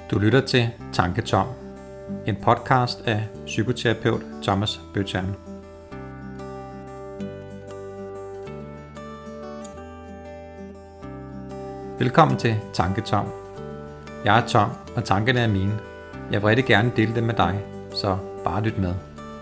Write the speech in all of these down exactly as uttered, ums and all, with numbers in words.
Du lytter til Tanketom, en podcast af psykoterapeut Thomas Bøtjern. Velkommen til Tanketom. Jeg er Tom, og tankerne er mine. Jeg vil rigtig gerne dele dem med dig, så bare lyt med.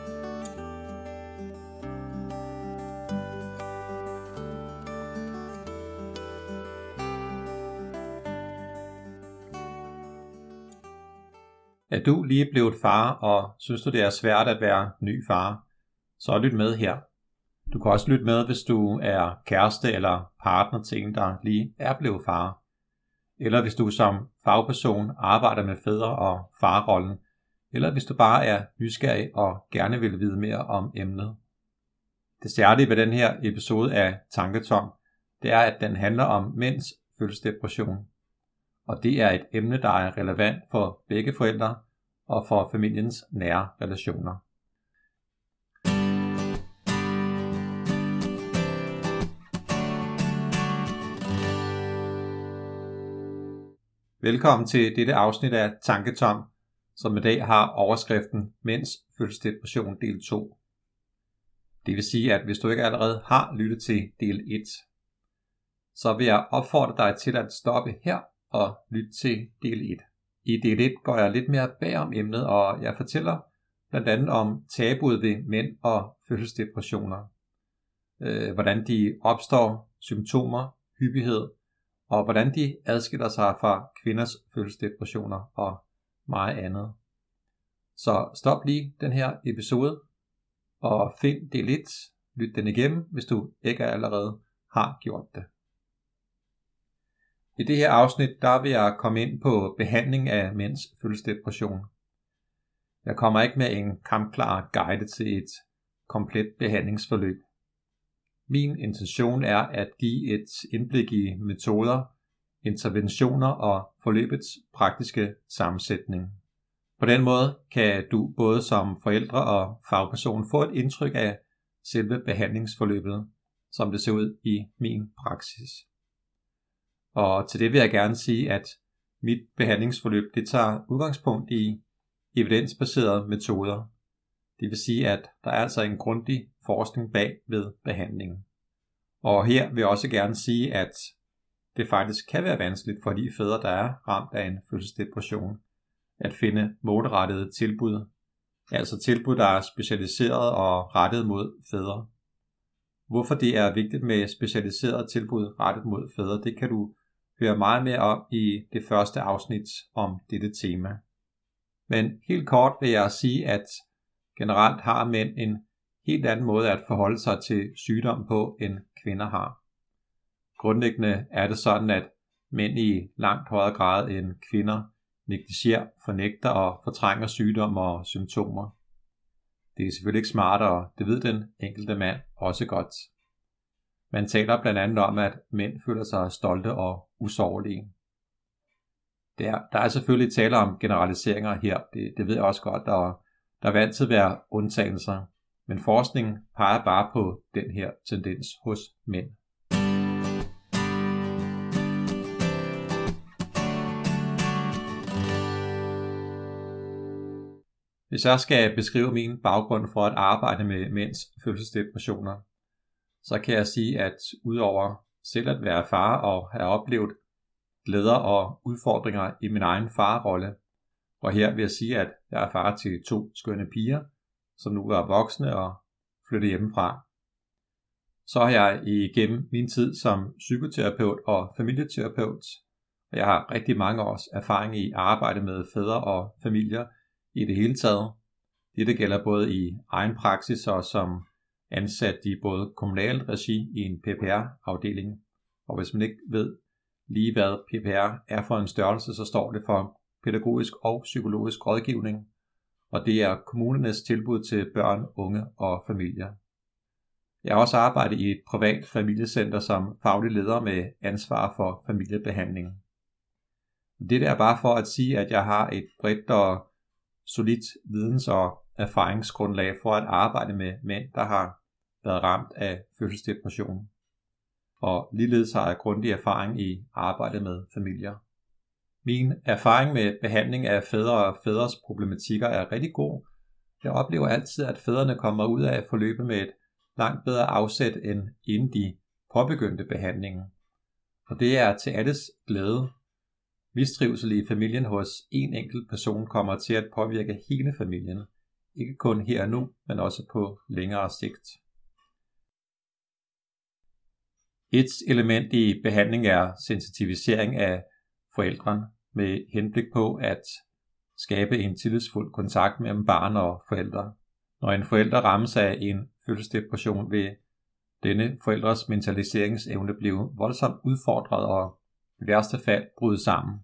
Er du lige blevet far, og synes du det er svært at være ny far, så lyt med her. Du kan også lytte med, hvis du er kæreste eller partner til en, der lige er blevet far. Eller hvis du som fagperson arbejder med fædre- og farrollen. Eller hvis du bare er nysgerrig og gerne vil vide mere om emnet. Det særlige ved den her episode af Tanketom, det er, at den handler om mænds følelsesdepression. Og det er et emne, der er relevant for begge forældre og for familiens nære relationer. Velkommen til dette afsnit af Tanketom, som i dag har overskriften Mænds følelsesdepression del to. Det vil sige, at hvis du ikke allerede har lyttet til del et, så vil jeg opfordre dig til at stoppe her og lytte til del et. I del et går jeg lidt mere bag om emnet, og jeg fortæller blandt andet om tabuet ved mænd og følelsesdepressioner. Øh, hvordan de opstår, symptomer, hyppighed, og hvordan de adskiller sig fra kvinders følelsesdepressioner og meget andet. Så stop lige den her episode og find del et, lyt den igennem, hvis du ikke allerede har gjort det. I det her afsnit, der vil jeg komme ind på behandling af mænds følelsesdepression. Jeg kommer ikke med en kampklar guide til et komplet behandlingsforløb. Min intention er at give et indblik i metoder, interventioner og forløbets praktiske sammensætning. På den måde kan du både som forældre og fagperson få et indtryk af selve behandlingsforløbet, som det ser ud i min praksis. Og til det vil jeg gerne sige, at mit behandlingsforløb det tager udgangspunkt i evidensbaserede metoder. Det vil sige, at der er altså en grundig forskning bag ved behandlingen. Og her vil jeg også gerne sige, at det faktisk kan være vanskeligt for de fædre, der er ramt af en følelsesdepression, at finde målrettede tilbud. Altså tilbud, der er specialiseret og rettet mod fædre. Hvorfor det er vigtigt med specialiserede tilbud rettet mod fædre, det kan du høre meget mere om i det første afsnit om dette tema. Men helt kort vil jeg sige, at generelt har mænd en helt anden måde at forholde sig til sygdom på, end kvinder har. Grundlæggende er det sådan, at mænd i langt højere grad end kvinder negligerer, fornægter og fortrænger sygdom og symptomer. Det er selvfølgelig ikke smart, og det ved den enkelte mand også godt. Man taler blandt andet om, at mænd føler sig stolte og usårlige. Der, der er selvfølgelig tale om generaliseringer her, det, det ved jeg også godt, og der vil altid være undtagelser. Men forskningen peger bare på den her tendens hos mænd. Hvis jeg skal beskrive min baggrund for at arbejde med mænds følelsesdepressioner, så kan jeg sige, at udover selv at være far og have oplevet glæder og udfordringer i min egen farrolle, og her vil jeg sige, at jeg er far til to skønne piger, som nu er voksne og flyttet hjemmefra. Så har jeg igennem min tid som psykoterapeut og familieterapeut, og jeg har rigtig mange års erfaring i arbejde med fædre og familier i det hele taget. Dette gælder både i egen praksis og som ansat i både kommunalt regi i en P P R-afdeling. Og hvis man ikke ved lige hvad P P R er for en størrelse, så står det for pædagogisk og psykologisk rådgivning. Og det er kommunernes tilbud til børn, unge og familier. Jeg har også arbejdet i et privat familiecenter som faglig leder med ansvar for familiebehandling. Det er bare for at sige, at jeg har et bredt og solidt videns- og erfaringsgrundlag for at arbejde med mænd, der har været ramt af følelsesdepression. Og ligeledes har jeg grundig erfaring i arbejdet med familier. Min erfaring med behandling af fædre og fædres problematikker er rigtig god. Jeg oplever altid, at fædrene kommer ud af forløbet med et langt bedre afsæt, end inden de påbegyndte behandlingen. Og det er til alles glæde. Mistrivsel i familien hos en enkelt person kommer til at påvirke hele familien. Ikke kun her og nu, men også på længere sigt. Et element i behandling er sensitivisering af forældrene med henblik på at skabe en tillidsfuld kontakt mellem barn og forældre. Når en forælder rammes af en følelsesdepression, vil denne forældres mentaliseringsevne blive voldsomt udfordret og i værste fald bryde sammen.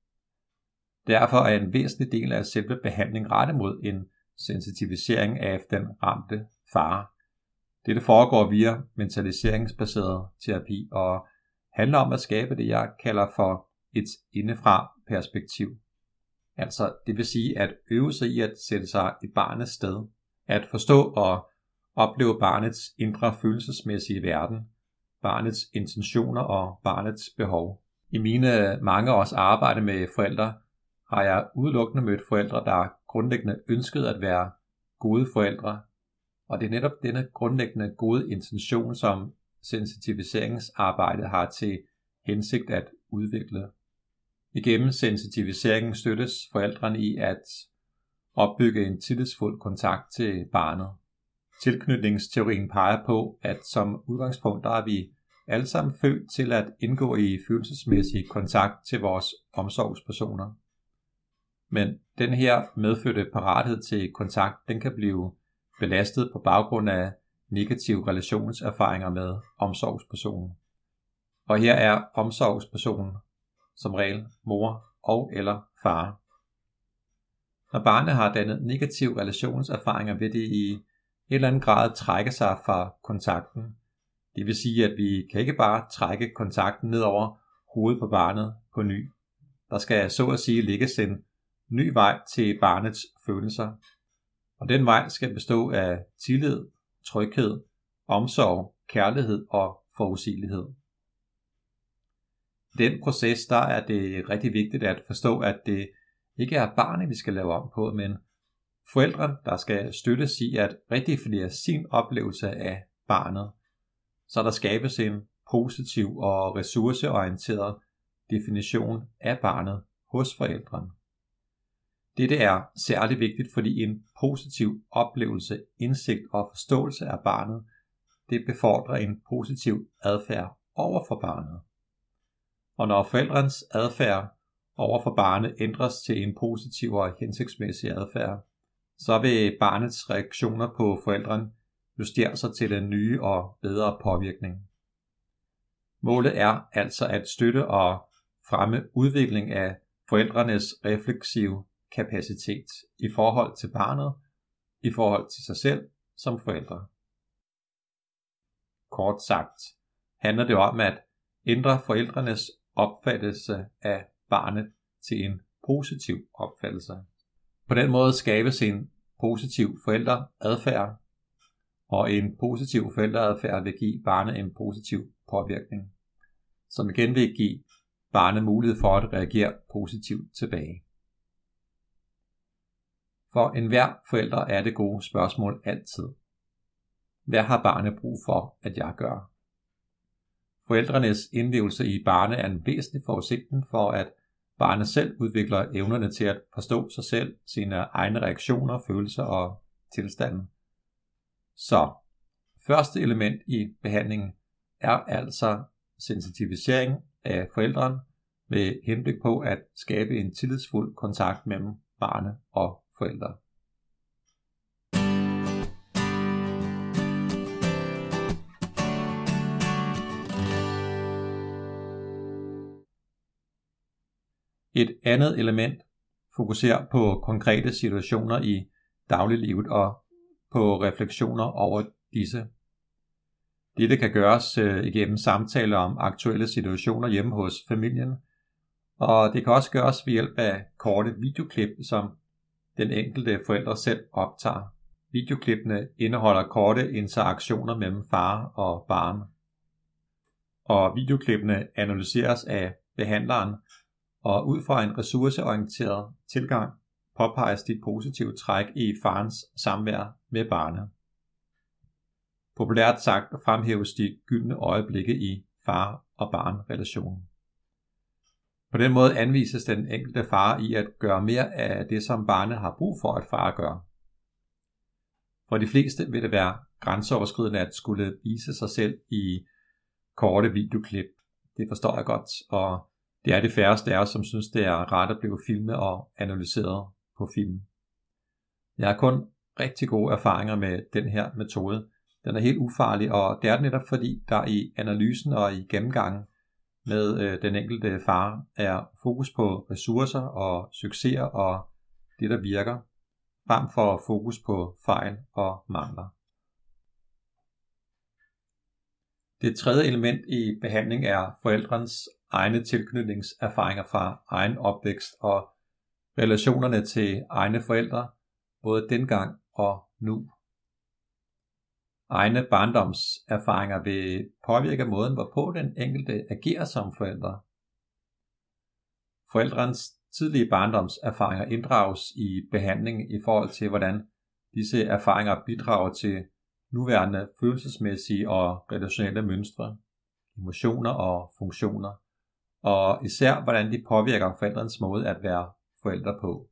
Derfor er en væsentlig del af selve behandling rettet mod en sensitivisering af den ramte far. Dette foregår via mentaliseringsbaseret terapi og handler om at skabe det, jeg kalder for et indefra perspektiv. Altså det vil sige at øve sig i at sætte sig i barnets sted, at forstå og opleve barnets indre følelsesmæssige verden, barnets intentioner og barnets behov. I mine mange års arbejde med forældre har jeg udelukkende mødt forældre, der grundlæggende ønskede at være gode forældre, og det er netop denne grundlæggende gode intention, som sensitiviseringsarbejdet har til hensigt at udvikle. Igennem sensitiviseringen støttes forældrene i at opbygge en tillidsfuld kontakt til barnet. Tilknytningsteorien peger på, at som udgangspunkt der er vi alle sammen født til at indgå i følelsesmæssig kontakt til vores omsorgspersoner. Men den her medfødte parathed til kontakt, den kan blive belastet på baggrund af negative relationserfaringer med omsorgspersonen. Og her er omsorgspersonen som regel mor og eller far. Når barnet har dannet negative relationserfaringer, vil det i en eller anden grad trække sig fra kontakten. Det vil sige, at vi kan ikke bare trække kontakten ned over hovedet på barnet på ny. Der skal så at sige lægges en ny vej til barnets følelser. Og den vej skal bestå af tillid, tryghed, omsorg, kærlighed og forudsigelighed. I den proces der er det rigtig vigtigt at forstå, at det ikke er barnet, vi skal lave om på, men forældrene, der skal støttes i at redefinere sin oplevelse af barnet, så der skabes en positiv og ressourceorienteret definition af barnet hos forældrene. Dette er særlig vigtigt, fordi en positiv oplevelse, indsigt og forståelse af barnet, det befordrer en positiv adfærd over for barnet. Og når forældrens adfærd over for barnet ændres til en positiv og hensigtsmæssig adfærd, så vil barnets reaktioner på forældrene justere sig til den nye og bedre påvirkning. Målet er altså at støtte og fremme udvikling af forældrenes refleksive kapacitet i forhold til barnet, i forhold til sig selv som forældre. Kort sagt handler det om at ændre forældrenes opfattelse af barnet til en positiv opfattelse. På den måde skabes en positiv forældreadfærd, og en positiv forældreadfærd vil give barnet en positiv påvirkning, som igen vil give barnet mulighed for at reagere positivt tilbage. For enhver forælder er det gode spørgsmål altid: hvad har barnet brug for, at jeg gør? Forældrenes indlevelse i barnet er en væsentlig forudsætning for, at barnet selv udvikler evnerne til at forstå sig selv, sine egne reaktioner, følelser og tilstanden. Så første element i behandlingen er altså sensitivisering af forældrene med henblik på at skabe en tillidsfuld kontakt mellem barnet og forældre. Et andet element fokuserer på konkrete situationer i dagliglivet og på refleksioner over disse. Dette kan gøres igennem samtaler om aktuelle situationer hjemme hos familien, og det kan også gøres ved hjælp af korte videoklip, som den enkelte forælder selv optager. Videoklippene indeholder korte interaktioner mellem far og barn, og videoklippene analyseres af behandleren Og ud fra en ressourceorienteret tilgang påpeges de positive træk i farens samvær med barnet. Populært sagt fremhæves de gyldne øjeblikke i far- og barn-relationen. På den måde anvises den enkelte far i at gøre mere af det, som barnet har brug for, at far gør. For de fleste vil det være grænseoverskridende at skulle vise sig selv i korte videoklip. Det forstår jeg godt, og det er de færreste af os, som synes, det er rart at blive filmet og analyseret på film. Jeg har kun rigtig gode erfaringer med den her metode. Den er helt ufarlig, og det er netop fordi, der i analysen og i gennemgangen med øh, den enkelte far er fokus på ressourcer og succeser og det, der virker, frem for fokus på fejl og mangler. Det tredje element i behandling er forældrens egne tilknytningserfaringer fra egen opvækst og relationerne til egne forældre, både dengang og nu. Egne barndomserfaringer vil påvirke måden, hvorpå den enkelte agerer som forældre. Forældrens tidlige barndomserfaringer inddrages i behandling i forhold til, hvordan disse erfaringer bidrager til nuværende følelsesmæssige og relationelle mønstre, emotioner og funktioner, og især hvordan de påvirker forældrens måde at være forældre på.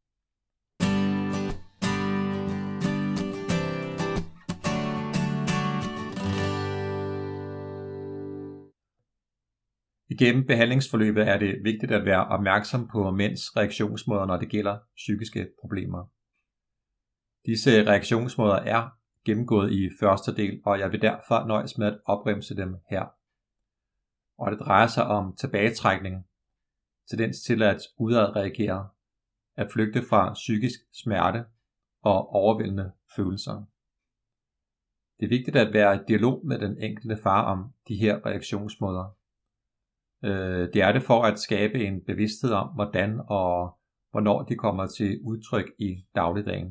Igennem behandlingsforløbet er det vigtigt at være opmærksom på mænds reaktionsmåder, når det gælder psykiske problemer. Disse reaktionsmåder er gennemgået i første del, og jeg vil derfor nøjes med at opremse dem her. Og det drejer sig om tilbagetrækning, tendens til at udadreagere, at flygte fra psykisk smerte og overvældende følelser. Det er vigtigt at være i dialog med den enkelte far om de her reaktionsmåder. Det er det for at skabe en bevidsthed om, hvordan og hvornår de kommer til udtryk i dagligdagen.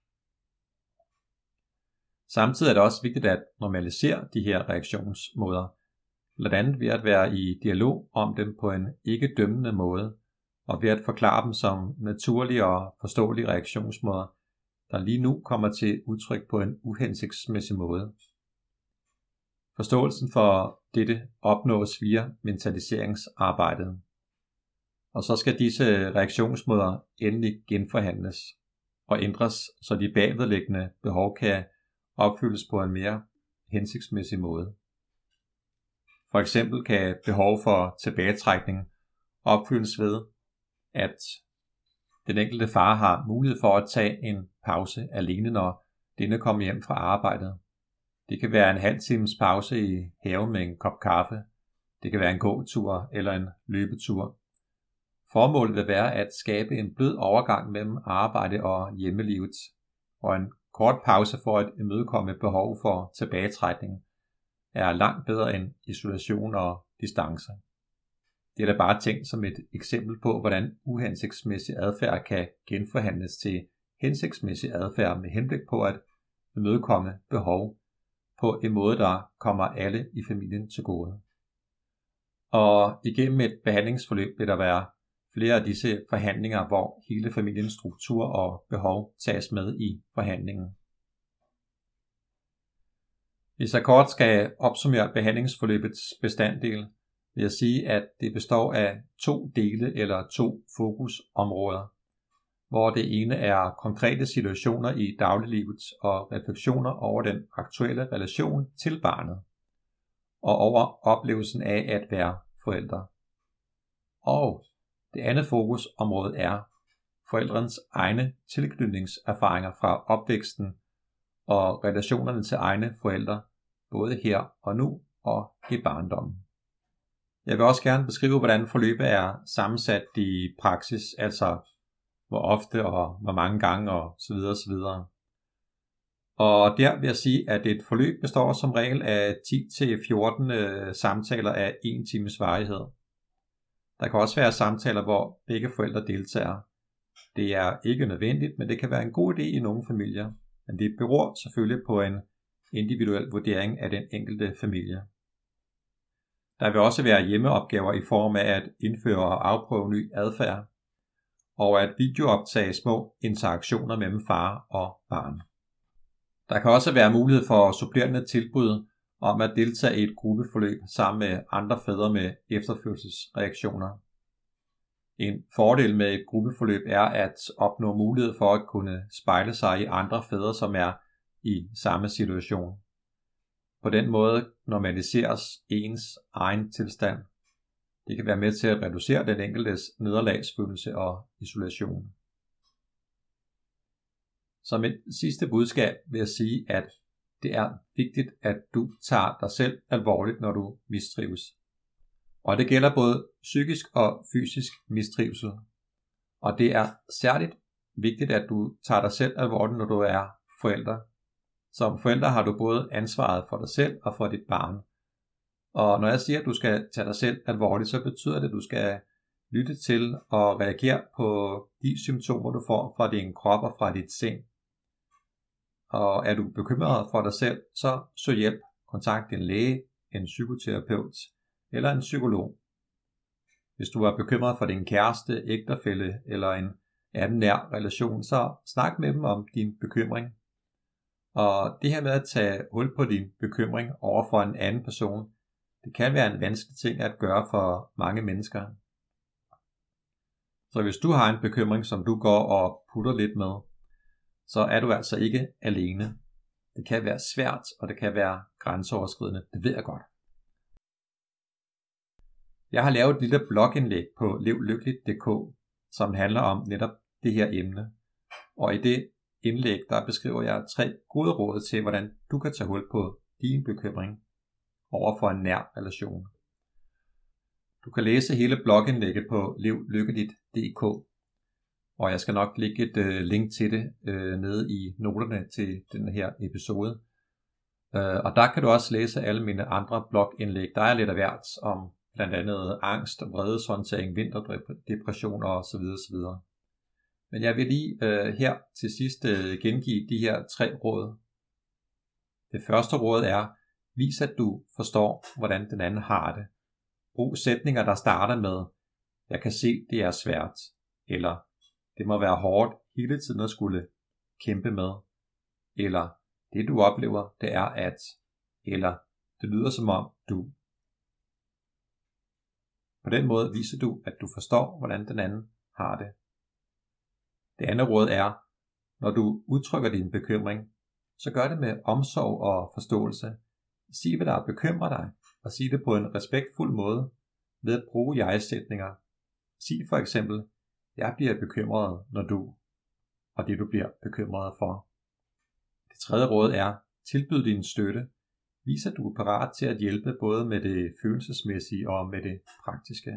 Samtidig er det også vigtigt at normalisere de her reaktionsmåder, blandt andet ved at være i dialog om dem på en ikke dømmende måde, og ved at forklare dem som naturlige og forståelige reaktionsmåder, der lige nu kommer til udtryk på en uhensigtsmæssig måde. Forståelsen for dette opnås via mentaliseringsarbejdet. Og så skal disse reaktionsmåder endelig genforhandles og ændres, så de bagvedliggende behov kan opfyldes på en mere hensigtsmæssig måde. For eksempel kan behov for tilbagetrækning opfyldes ved, at den enkelte far har mulighed for at tage en pause alene, når denne kommer hjem fra arbejdet. Det kan være en halv times pause i haven med en kop kaffe. Det kan være en gåtur eller en løbetur. Formålet vil være at skabe en blød overgang mellem arbejde og hjemmelivet, og en kort pause for at imødekomme behov for tilbagetrækning er langt bedre end isolation og distance. Det er da bare tænkt som et eksempel på, hvordan uhensigtsmæssig adfærd kan genforhandles til hensigtsmæssig adfærd med henblik på at imødekomme behov på en måde, der kommer alle i familien til gode. Og igennem et behandlingsforløb vil der være flere af disse forhandlinger, hvor hele familiens struktur og behov tages med i forhandlingen. Hvis jeg kort skal opsummere behandlingsforløbets bestanddel, vil jeg sige, at det består af to dele eller to fokusområder, hvor det ene er konkrete situationer i dagliglivet og refleksioner over den aktuelle relation til barnet, og over oplevelsen af at være forældre. Og det andet fokusområde er forældrens egne tilknytningserfaringer fra opvæksten og relationerne til egne forældre, både her og nu og i barndommen. Jeg vil også gerne beskrive, hvordan forløbet er sammensat i praksis, altså hvor ofte og hvor mange gange og så videre, så videre. Og der vil jeg sige, at et forløb består som regel af ti til fjorten øh, samtaler af en times varighed. Der kan også være samtaler, hvor begge forældre deltager. Det er ikke nødvendigt, men det kan være en god idé i nogle familier. Men det beror selvfølgelig på en individuel vurdering af den enkelte familie. Der vil også være hjemmeopgaver i form af at indføre og afprøve ny adfærd, og at videooptage små interaktioner mellem far og barn. Der kan også være mulighed for supplerende tilbud om at deltage i et gruppeforløb sammen med andre fædre med efterfødselsreaktioner. En fordel med et gruppeforløb er at opnå mulighed for at kunne spejle sig i andre fædre, som er i samme situation. På den måde normaliseres ens egen tilstand. Det kan være med til at reducere den enkeltes nederlagsfølelse og isolation. Som et sidste budskab vil jeg sige, at det er vigtigt, at du tager dig selv alvorligt, når du mistrives. Og det gælder både psykisk og fysisk mistrivsel. Og det er særligt vigtigt, at du tager dig selv alvorligt, når du er forælder. Som forælder har du både ansvaret for dig selv og for dit barn. Og når jeg siger, at du skal tage dig selv alvorligt, så betyder det, at du skal lytte til og reagere på de symptomer, du får fra din krop og fra dit sind. Og er du bekymret for dig selv, så søg hjælp. Kontakt en læge, en psykoterapeut eller en psykolog. Hvis du er bekymret for din kæreste, ægtefælle eller en anden nær relation, så snak med dem om din bekymring. Og det her med at tage hul på din bekymring over for en anden person, det kan være en vanskelig ting at gøre for mange mennesker. Så hvis du har en bekymring, som du går og putter lidt med, så er du altså ikke alene. Det kan være svært, og det kan være grænseoverskridende. Det ved jeg godt. Jeg har lavet et lille blogindlæg på lev lykkeligt punktum d k, som handler om netop det her emne. Og i det indlæg, der beskriver jeg tre gode råd til, hvordan du kan tage hul på din bekymring over for en nær relation. Du kan læse hele blogindlægget på lev lykkeligt punktum d k, og jeg skal nok lægge et øh, link til det øh, nede i noterne til den her episode. Øh, og der kan du også læse alle mine andre blogindlæg. Der er lidt af hvert om blandt andet angst, vredeshåndtering, vinterdepression og så videre, så videre. Men jeg vil lige øh, her til sidst øh, gengive de her tre råd. Det første råd er, vis at du forstår, hvordan den anden har det. Brug sætninger, der starter med, jeg kan se, det er svært, eller det må være hårdt hele tiden at skulle kæmpe med, eller det du oplever, det er at, eller det lyder som om du. På den måde viser du, at du forstår, hvordan den anden har det. Det andet råd er, når du udtrykker din bekymring, så gør det med omsorg og forståelse. Sig, hvad der bekymrer dig, og sig det på en respektfuld måde ved at bruge jeg-sætninger. Sig for eksempel, jeg bliver bekymret, når du, og det du bliver bekymret for. Det tredje råd er, tilbyd din støtte. Vis, at du er parat til at hjælpe både med det følelsesmæssige og med det praktiske.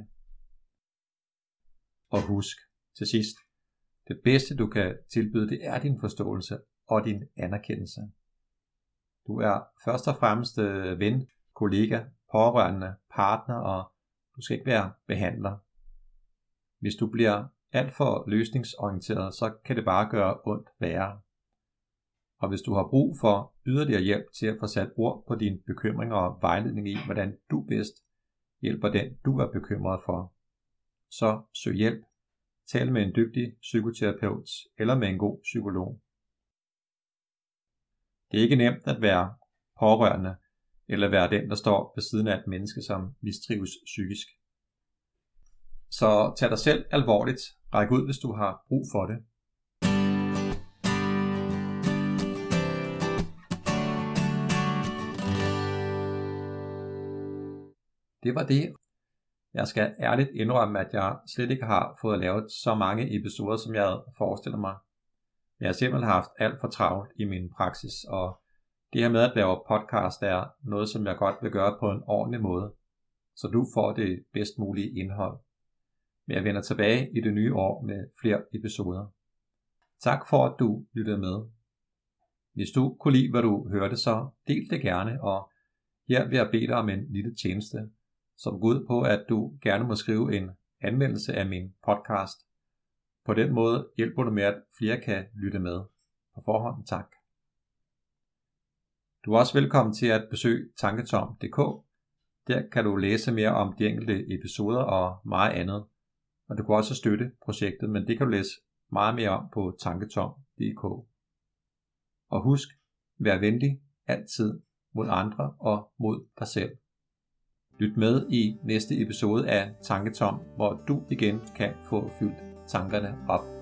Og husk til sidst, det bedste du kan tilbyde, det er din forståelse og din anerkendelse. Du er først og fremmest ven, kollega, pårørende, partner, og du skal ikke være behandler. Hvis du bliver alt for løsningsorienteret, så kan det bare gøre ondt værre. Og hvis du har brug for yderligere hjælp til at få sat ord på dine bekymringer og vejledning i, hvordan du bedst hjælper den, du er bekymret for, så søg hjælp. Tal med en dygtig psykoterapeut eller med en god psykolog. Det er ikke nemt at være pårørende eller være den, der står ved siden af et menneske, som mistrives psykisk. Så tag dig selv alvorligt. Ræk ud, hvis du har brug for det. Det var det. Jeg skal ærligt indrømme, at jeg slet ikke har fået lavet så mange episoder, som jeg havde forestillet mig. Jeg har simpelthen haft alt for travlt i min praksis, og det her med at lave podcast er noget, som jeg godt vil gøre på en ordentlig måde, så du får det bedst mulige indhold. Men jeg vender tilbage i det nye år med flere episoder. Tak for, at du lyttede med. Hvis du kunne lide, hvad du hørte, så del det gerne, og her vil jeg bede dig om en lille tjeneste, som går ud på, at du gerne må skrive en anmeldelse af min podcast. På den måde hjælper du med, at flere kan lytte med. På forhånd tak. Du er også velkommen til at besøge tanketom punktum d k, Der kan du læse mere om de enkelte episoder og meget andet. Og du kan også støtte projektet, men det kan du læse meget mere om på tanketom punktum d k. Og husk, vær venlig altid mod andre og mod dig selv. Lyt med i næste episode af Tanketom, hvor du igen kan få fyldt tankerne op.